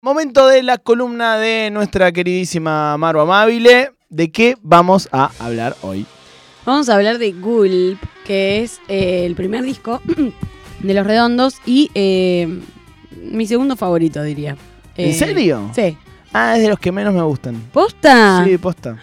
Momento de la columna de nuestra queridísima Maru Amabile. ¿De qué vamos a hablar hoy? Vamos a hablar de Gulp, que es el primer disco de Los Redondos y mi segundo favorito, diría. ¿En serio? Sí. Ah, es de los que menos me gustan. ¿Posta? Sí, posta.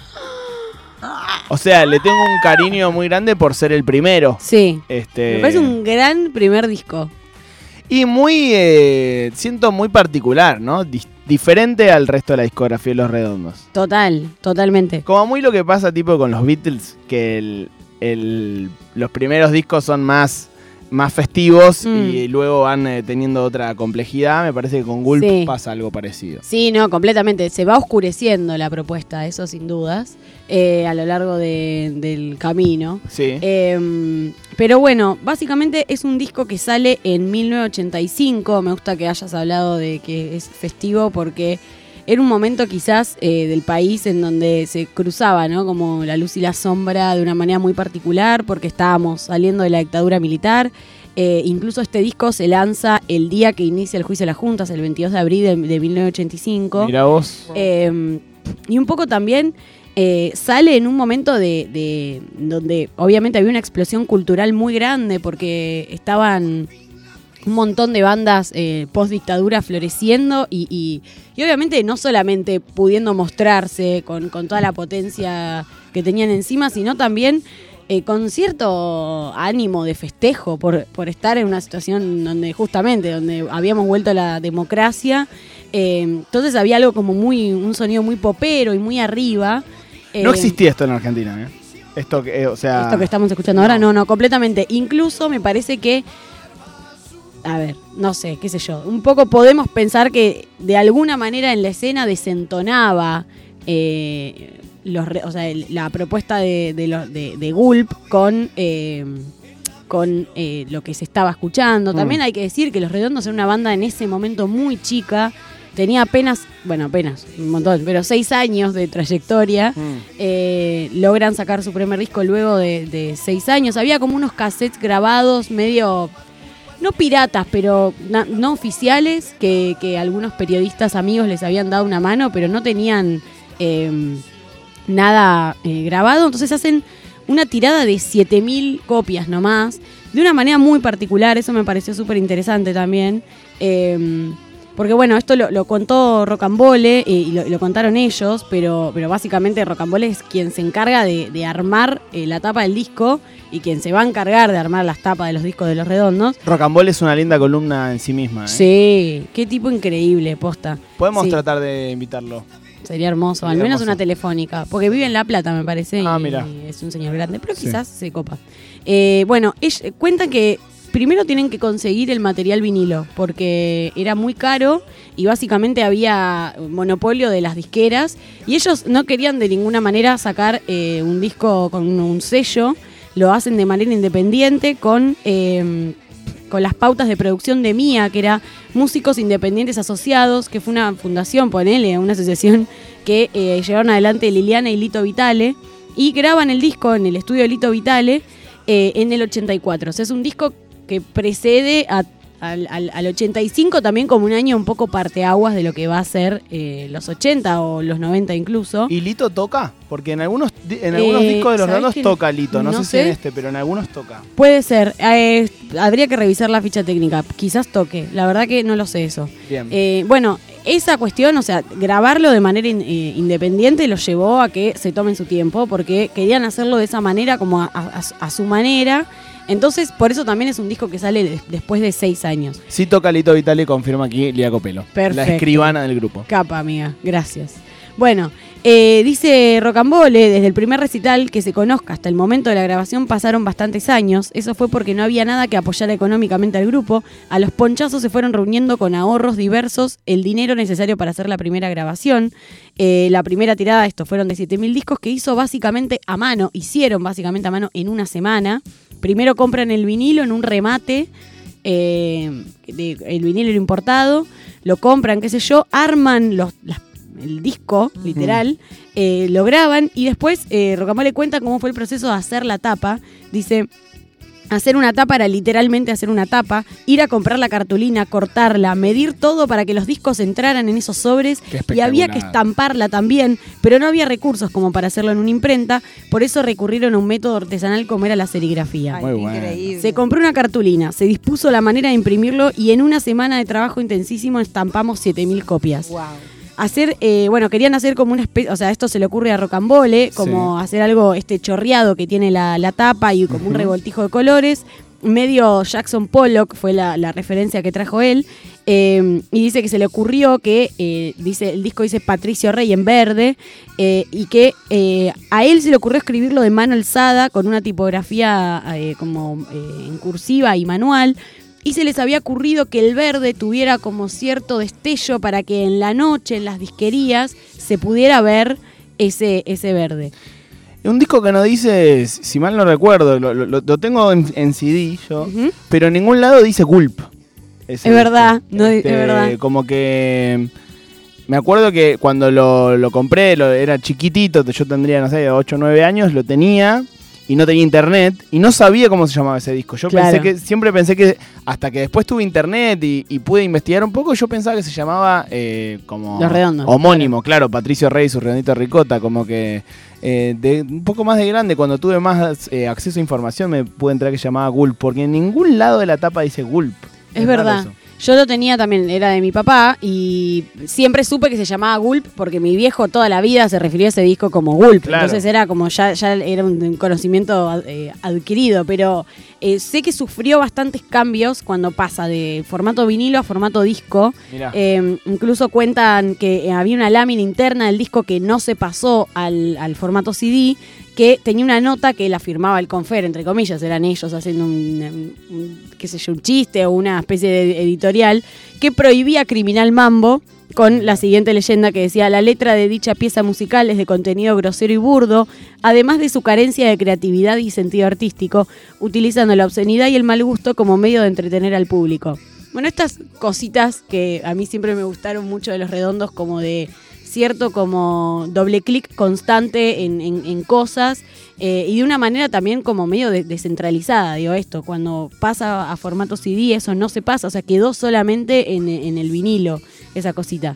O sea, le tengo un cariño muy grande por ser el primero. Sí. Me parece un gran primer disco. Y muy, siento muy particular, ¿no? Diferente al resto de la discografía de Los Redondos. Totalmente. Como muy lo que pasa tipo con los Beatles, que los primeros discos son más festivos y luego van teniendo otra complejidad. Me parece que con Gulp pasa algo parecido. Sí, no, completamente. Se va oscureciendo la propuesta, eso sin dudas, a lo largo del camino. Sí. Pero bueno, básicamente es un disco que sale en 1985. Me gusta que hayas hablado de que es festivo porque era un momento quizás del país en donde se cruzaba, ¿no? Como la luz y la sombra de una manera muy particular porque estábamos saliendo de la dictadura militar. Incluso este disco se lanza el día que inicia el juicio de las juntas, el 22 de abril de 1985. Mirá vos. Y un poco también sale en un momento de donde obviamente había una explosión cultural muy grande porque estaban un montón de bandas post-dictadura floreciendo y obviamente no solamente pudiendo mostrarse con toda la potencia que tenían encima, sino también con cierto ánimo de festejo por estar en una situación donde habíamos vuelto a la democracia. Entonces había algo como un sonido muy popero y muy arriba. No existía esto en Argentina, ¿eh? Esto que estamos escuchando ahora, no, completamente. Incluso me parece que, a ver, no sé, qué sé yo, un poco podemos pensar que de alguna manera en la escena desentonaba la propuesta de Gulp con lo que se estaba escuchando. También hay que decir que Los Redondos era una banda en ese momento muy chica. Tenía apenas un montón, pero 6 años de trayectoria. Logran sacar su primer disco luego de 6 años. Había como unos cassettes grabados medio, no piratas, pero no oficiales, que algunos periodistas amigos les habían dado una mano, pero no tenían nada grabado. Entonces hacen una tirada de 7.000 copias nomás, de una manera muy particular. Eso me pareció súper interesante también. Porque bueno, esto lo contó Rocambole y lo contaron ellos, pero básicamente Rocambole es quien se encarga de armar la tapa del disco y quien se va a encargar de armar las tapas de los discos de Los Redondos. Rocambole es una linda columna en sí misma, ¿eh? Sí, qué tipo increíble, posta. Podemos tratar de invitarlo. Sería hermoso, al menos una telefónica, porque vive en La Plata, me parece, mira. Y es un señor grande, pero quizás se copa. Bueno, cuentan que primero tienen que conseguir el material vinilo, porque era muy caro y básicamente había monopolio de las disqueras y ellos no querían de ninguna manera sacar un disco con un sello, lo hacen de manera independiente con las pautas de producción de MIA, que era Músicos Independientes Asociados, que fue una fundación, una asociación que llevaron adelante Liliana y Lito Vitale, y graban el disco en el estudio de Lito Vitale en el 84. O sea, es un disco que precede al 85 también como un año un poco parteaguas de lo que va a ser los 80 o los 90 incluso. ¿Y Lito toca? Porque en algunos discos de Los Redondos toca Lito, no sé si en este, pero en algunos toca. Puede ser, habría que revisar la ficha técnica, quizás toque, la verdad que no lo sé eso. Bien. Bueno, esa cuestión, o sea, grabarlo de manera independiente los llevó a que se tomen su tiempo, porque querían hacerlo de esa manera, como a su manera. Entonces, por eso también es un disco que sale después de 6 años. Sí toca Lito Vitale, confirma aquí Lía Copelo. Perfecto. La escribana del grupo. Capa, amiga, gracias. Bueno, dice Rocambole, desde el primer recital que se conozca hasta el momento de la grabación pasaron bastantes años. Eso fue porque no había nada que apoyara económicamente al grupo. A los ponchazos se fueron reuniendo con ahorros diversos el dinero necesario para hacer la primera grabación. La primera tirada, fueron de 7.000 discos que hicieron básicamente a mano en una semana. Primero compran el vinilo en un remate, el vinilo importado, lo compran, qué sé yo, arman el disco, literal, lo graban y después Rocambole cuenta cómo fue el proceso de hacer la tapa. Dice, Hacer una tapa era literalmente hacer una tapa, ir a comprar la cartulina, cortarla, medir todo para que los discos entraran en esos sobres y había que estamparla también, pero no había recursos como para hacerlo en una imprenta, por eso recurrieron a un método artesanal como era la serigrafía. Ay, muy increíble. Se compró una cartulina, se dispuso la manera de imprimirlo y en una semana de trabajo intensísimo estampamos 7.000 copias. Wow. Querían hacer como una especie, o sea, esto se le ocurre a Rocambole, como hacer algo chorreado que tiene la tapa y como un revoltijo de colores, medio Jackson Pollock fue la referencia que trajo él, y dice que se le ocurrió que, el disco dice Patricio Rey en verde, y que a él se le ocurrió escribirlo de mano alzada con una tipografía en cursiva y manual, y se les había ocurrido que el verde tuviera como cierto destello para que en la noche, en las disquerías, se pudiera ver ese verde. Un disco que no dice, si mal no recuerdo, lo tengo en CD yo, pero en ningún lado dice Gulp. Es verdad, es verdad. Como que me acuerdo que cuando lo compré, era chiquitito, yo tendría, no sé, 8 o 9 años, lo tenía y no tenía internet y no sabía cómo se llamaba ese disco. Yo siempre pensé que, hasta que después tuve internet y pude investigar un poco, yo pensaba que se llamaba como Los Redondos, homónimo, claro, Patricio Rey y su Redondito Ricota, como que de un poco más de grande, cuando tuve más acceso a información, me pude enterar que se llamaba Gulp, porque en ningún lado de la tapa dice Gulp. Es verdad. Yo lo tenía también, era de mi papá, y siempre supe que se llamaba Gulp porque mi viejo toda la vida se refirió a ese disco como Gulp. Claro. Entonces era como ya era un conocimiento adquirido, pero sé que sufrió bastantes cambios cuando pasa de formato vinilo a formato disco. Incluso cuentan que había una lámina interna del disco que no se pasó al formato CD, que tenía una nota que la firmaba el Confer, entre comillas, eran ellos haciendo un chiste o una especie de editorial, que prohibía Criminal Mambo, con la siguiente leyenda que decía: la letra de dicha pieza musical es de contenido grosero y burdo, además de su carencia de creatividad y sentido artístico, utilizando la obscenidad y el mal gusto como medio de entretener al público. Bueno, estas cositas que a mí siempre me gustaron mucho de Los Redondos, como de cierto como doble clic constante en cosas, y de una manera también como medio descentralizada, digo esto, cuando pasa a formato CD eso no se pasa, o sea, quedó solamente en el vinilo esa cosita.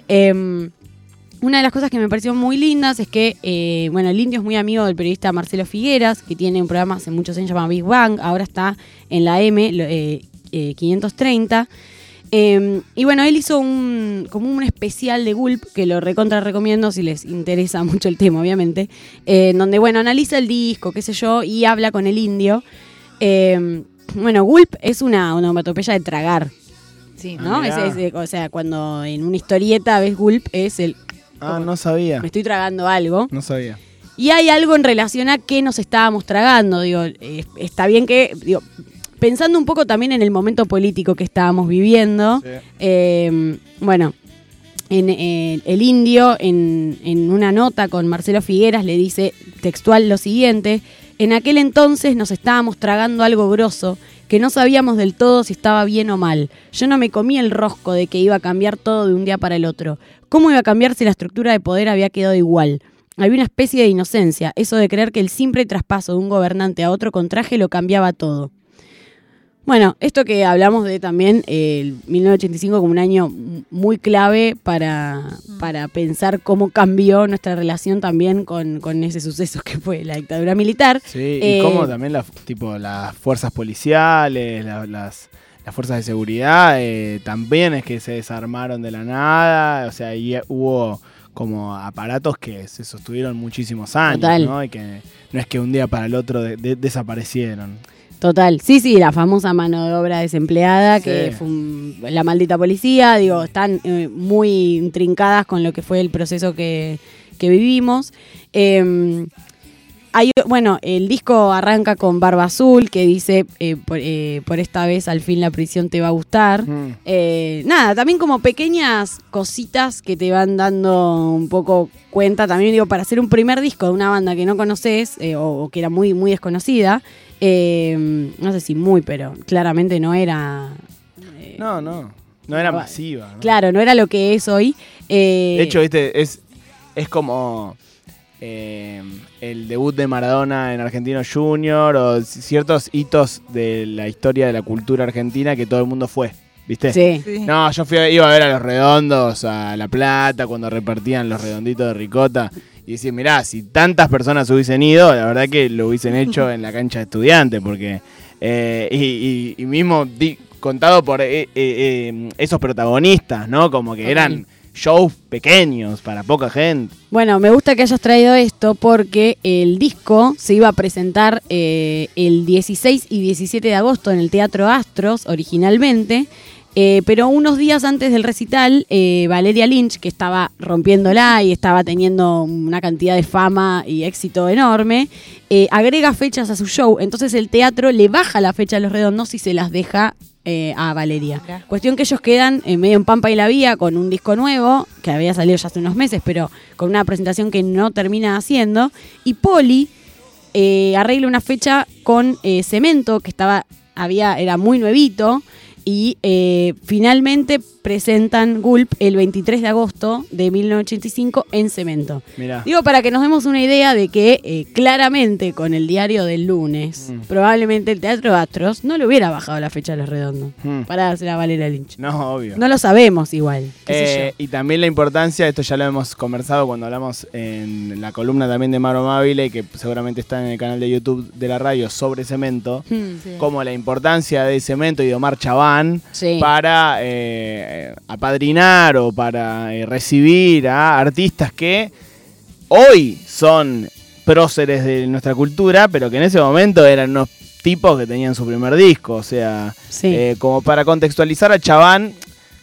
Una de las cosas que me pareció muy lindas es que, el Indio es muy amigo del periodista Marcelo Figueras, que tiene un programa hace muchos años llamado Big Bang, ahora está en la M 530. Y bueno, él hizo como un especial de Gulp, que lo recontra recomiendo si les interesa mucho el tema, obviamente, donde, analiza el disco, qué sé yo, y habla con el Indio. Gulp es una onomatopeya de tragar. Sí, ¿no? O sea, cuando en una historieta ves Gulp es el... no sabía. Me estoy tragando algo. No sabía. Y hay algo en relación a qué nos estábamos tragando, está bien que... Pensando un poco también en el momento político que estábamos viviendo, el Indio en una nota con Marcelo Figueras le dice textual lo siguiente: en aquel entonces nos estábamos tragando algo grosso, que no sabíamos del todo si estaba bien o mal. Yo no me comí el rosco de que iba a cambiar todo de un día para el otro. ¿Cómo iba a cambiar si la estructura de poder había quedado igual? Había una especie de inocencia, eso de creer que el simple traspaso de un gobernante a otro con traje lo cambiaba todo. Bueno, esto que hablamos de también el 1985 como un año muy clave para pensar cómo cambió nuestra relación también con ese suceso que fue la dictadura militar. Sí, y cómo también las fuerzas policiales, las fuerzas de seguridad también es que se desarmaron de la nada, o sea, ahí hubo como aparatos que se sostuvieron muchísimos años. Total. ¿No? Y que no es que un día para el otro desaparecieron. Total, sí, la famosa mano de obra desempleada, que fue la maldita policía, están muy intrincadas con lo que fue el proceso que vivimos. El disco arranca con Barba Azul, que dice, por esta vez al fin la prisión te va a gustar. También como pequeñas cositas que te van dando un poco cuenta, también para hacer un primer disco de una banda que no conoces, o que era muy, muy desconocida. No sé si pero claramente no era... No era masiva, ¿no? Claro, no era lo que es hoy. De hecho, es como... el debut de Maradona en Argentinos Junior o ciertos hitos de la historia de la cultura argentina que todo el mundo fue, ¿viste? Sí. No, yo iba a ver a Los Redondos, a La Plata, cuando repartían los redonditos de ricota. Y decir, mirá, si tantas personas hubiesen ido, la verdad que lo hubiesen hecho en la cancha de Estudiantes, porque y mismo contado por esos protagonistas, ¿no? Como que eran shows pequeños para poca gente. Bueno, me gusta que hayas traído esto porque el disco se iba a presentar el 16 y 17 de agosto en el Teatro Astros originalmente. Pero unos días antes del recital, Valeria Lynch, que estaba rompiéndola y estaba teniendo una cantidad de fama y éxito enorme, agrega fechas a su show. Entonces el teatro le baja la fecha a Los Redondos y se las deja a Valeria. Claro. Cuestión que ellos quedan medio en Pampa y la Vía con un disco nuevo, que había salido ya hace unos meses, pero con una presentación que no termina haciendo. Y Poli arregla una fecha con Cemento, que era muy nuevito. Y finalmente presentan Gulp el 23 de agosto de 1985 en Cemento. Mirá. Digo, para que nos demos una idea de que claramente con el diario del lunes, probablemente el Teatro Astros no le hubiera bajado la fecha a Los Redondos para hacer a Valeria Lynch. No, obvio. No lo sabemos igual. Y también la importancia, esto ya lo hemos conversado cuando hablamos en la columna también de Maro Mávile, que seguramente está en el canal de YouTube de la radio sobre Cemento, como la importancia de Cemento y de Omar Chabán para apadrinar o para recibir a artistas que hoy son próceres de nuestra cultura, pero que en ese momento eran unos tipos que tenían su primer disco. O sea, como para contextualizar a Chabán,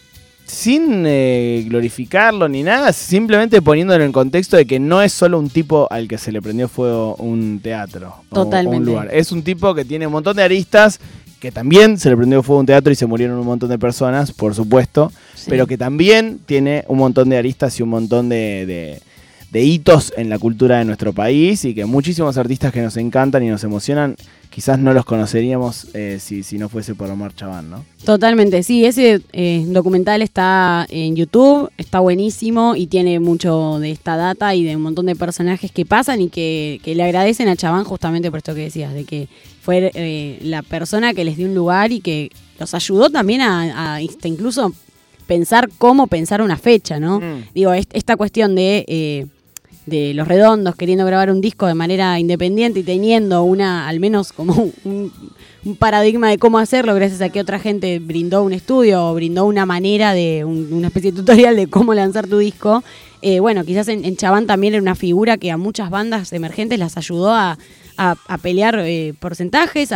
sin glorificarlo ni nada, simplemente poniéndolo en contexto de que no es solo un tipo al que se le prendió fuego un teatro o un lugar. Es un tipo que tiene un montón de aristas, que también se le prendió fuego un teatro y se murieron un montón de personas, por supuesto, pero que también tiene un montón de aristas y un montón de hitos en la cultura de nuestro país, y que muchísimos artistas que nos encantan y nos emocionan, quizás no los conoceríamos si no fuese por Omar Chabán, ¿no? Totalmente, sí, ese documental está en YouTube, está buenísimo y tiene mucho de esta data y de un montón de personajes que pasan y que le agradecen a Chabán justamente por esto que decías, de que fue la persona que les dio un lugar y que los ayudó también a incluso pensar cómo pensar una fecha, ¿no? Digo, esta cuestión de Los Redondos queriendo grabar un disco de manera independiente y teniendo al menos como un paradigma de cómo hacerlo, gracias a que otra gente brindó un estudio o brindó una manera de una especie de tutorial de cómo lanzar tu disco. Bueno, quizás en Chabán también era una figura que a muchas bandas emergentes las ayudó a pelear porcentajes.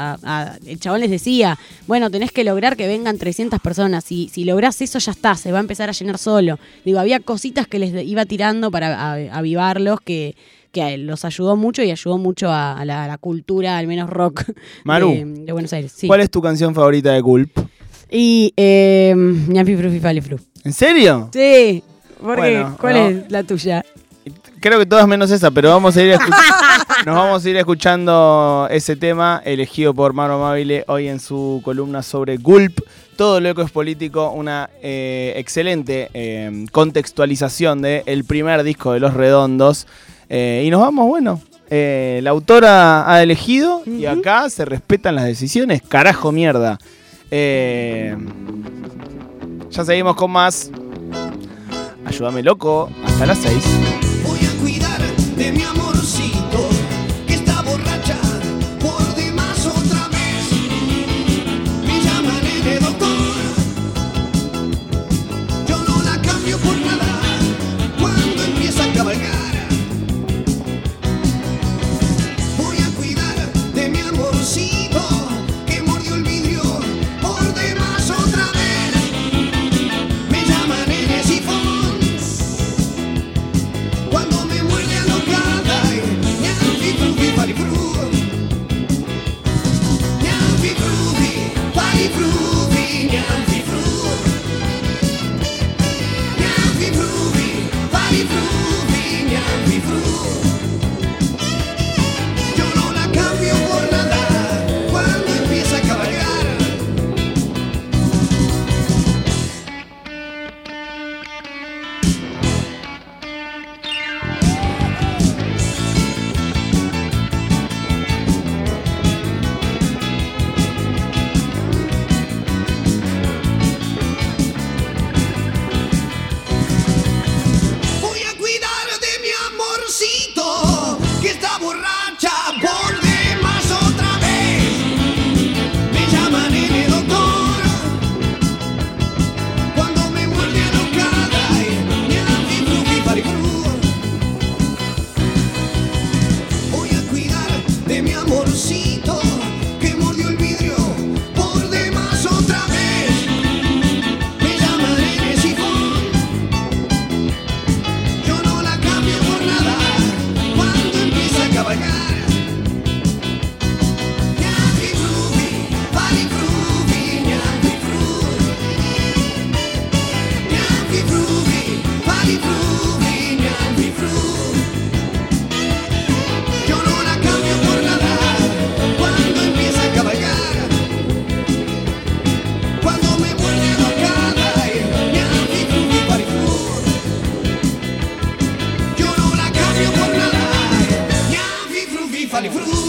El chabón les decía, bueno, tenés que lograr que vengan 300 personas. Si lográs eso, ya está, se va a empezar a llenar solo. Digo, había cositas que les iba tirando para avivarlos, que los ayudó mucho y ayudó mucho a la cultura, al menos rock, Maru, de Buenos Aires. Sí. ¿Cuál es tu canción favorita de Gulp? Y Ñapi Frufi Fali Flu. ¿En serio? Sí. ¿Cuál es la tuya? Creo que todas menos esa, pero nos vamos a ir escuchando ese tema elegido por Maro Mávile hoy en su columna sobre Gulp. Todo lo que es político, una excelente contextualización del primer disco de Los Redondos. Y nos vamos, bueno, la autora ha elegido y acá se respetan las decisiones. Carajo, mierda. Ya seguimos con más. Ayúdame, loco, hasta las 6. Voy a cuidar de mi amorcito, que está borracha por demás otra vez. Me llaman el doctor, yo no la cambio por nada cuando empieza a cabalgar. Voy a cuidar de mi amorcito, que mordió el vidrio por demás otra vez. Me llaman el sifón cuando me muerde alocada. Ñapi Frufi Fali Flu, Ñapi Frufi Fali Frufi, Ñapi Frufi, Ñapi Frufi Fali Frufi, Ñapi Frufi. Yo no la cambio por nada cuando empieza a cabalgar. sal y fruta.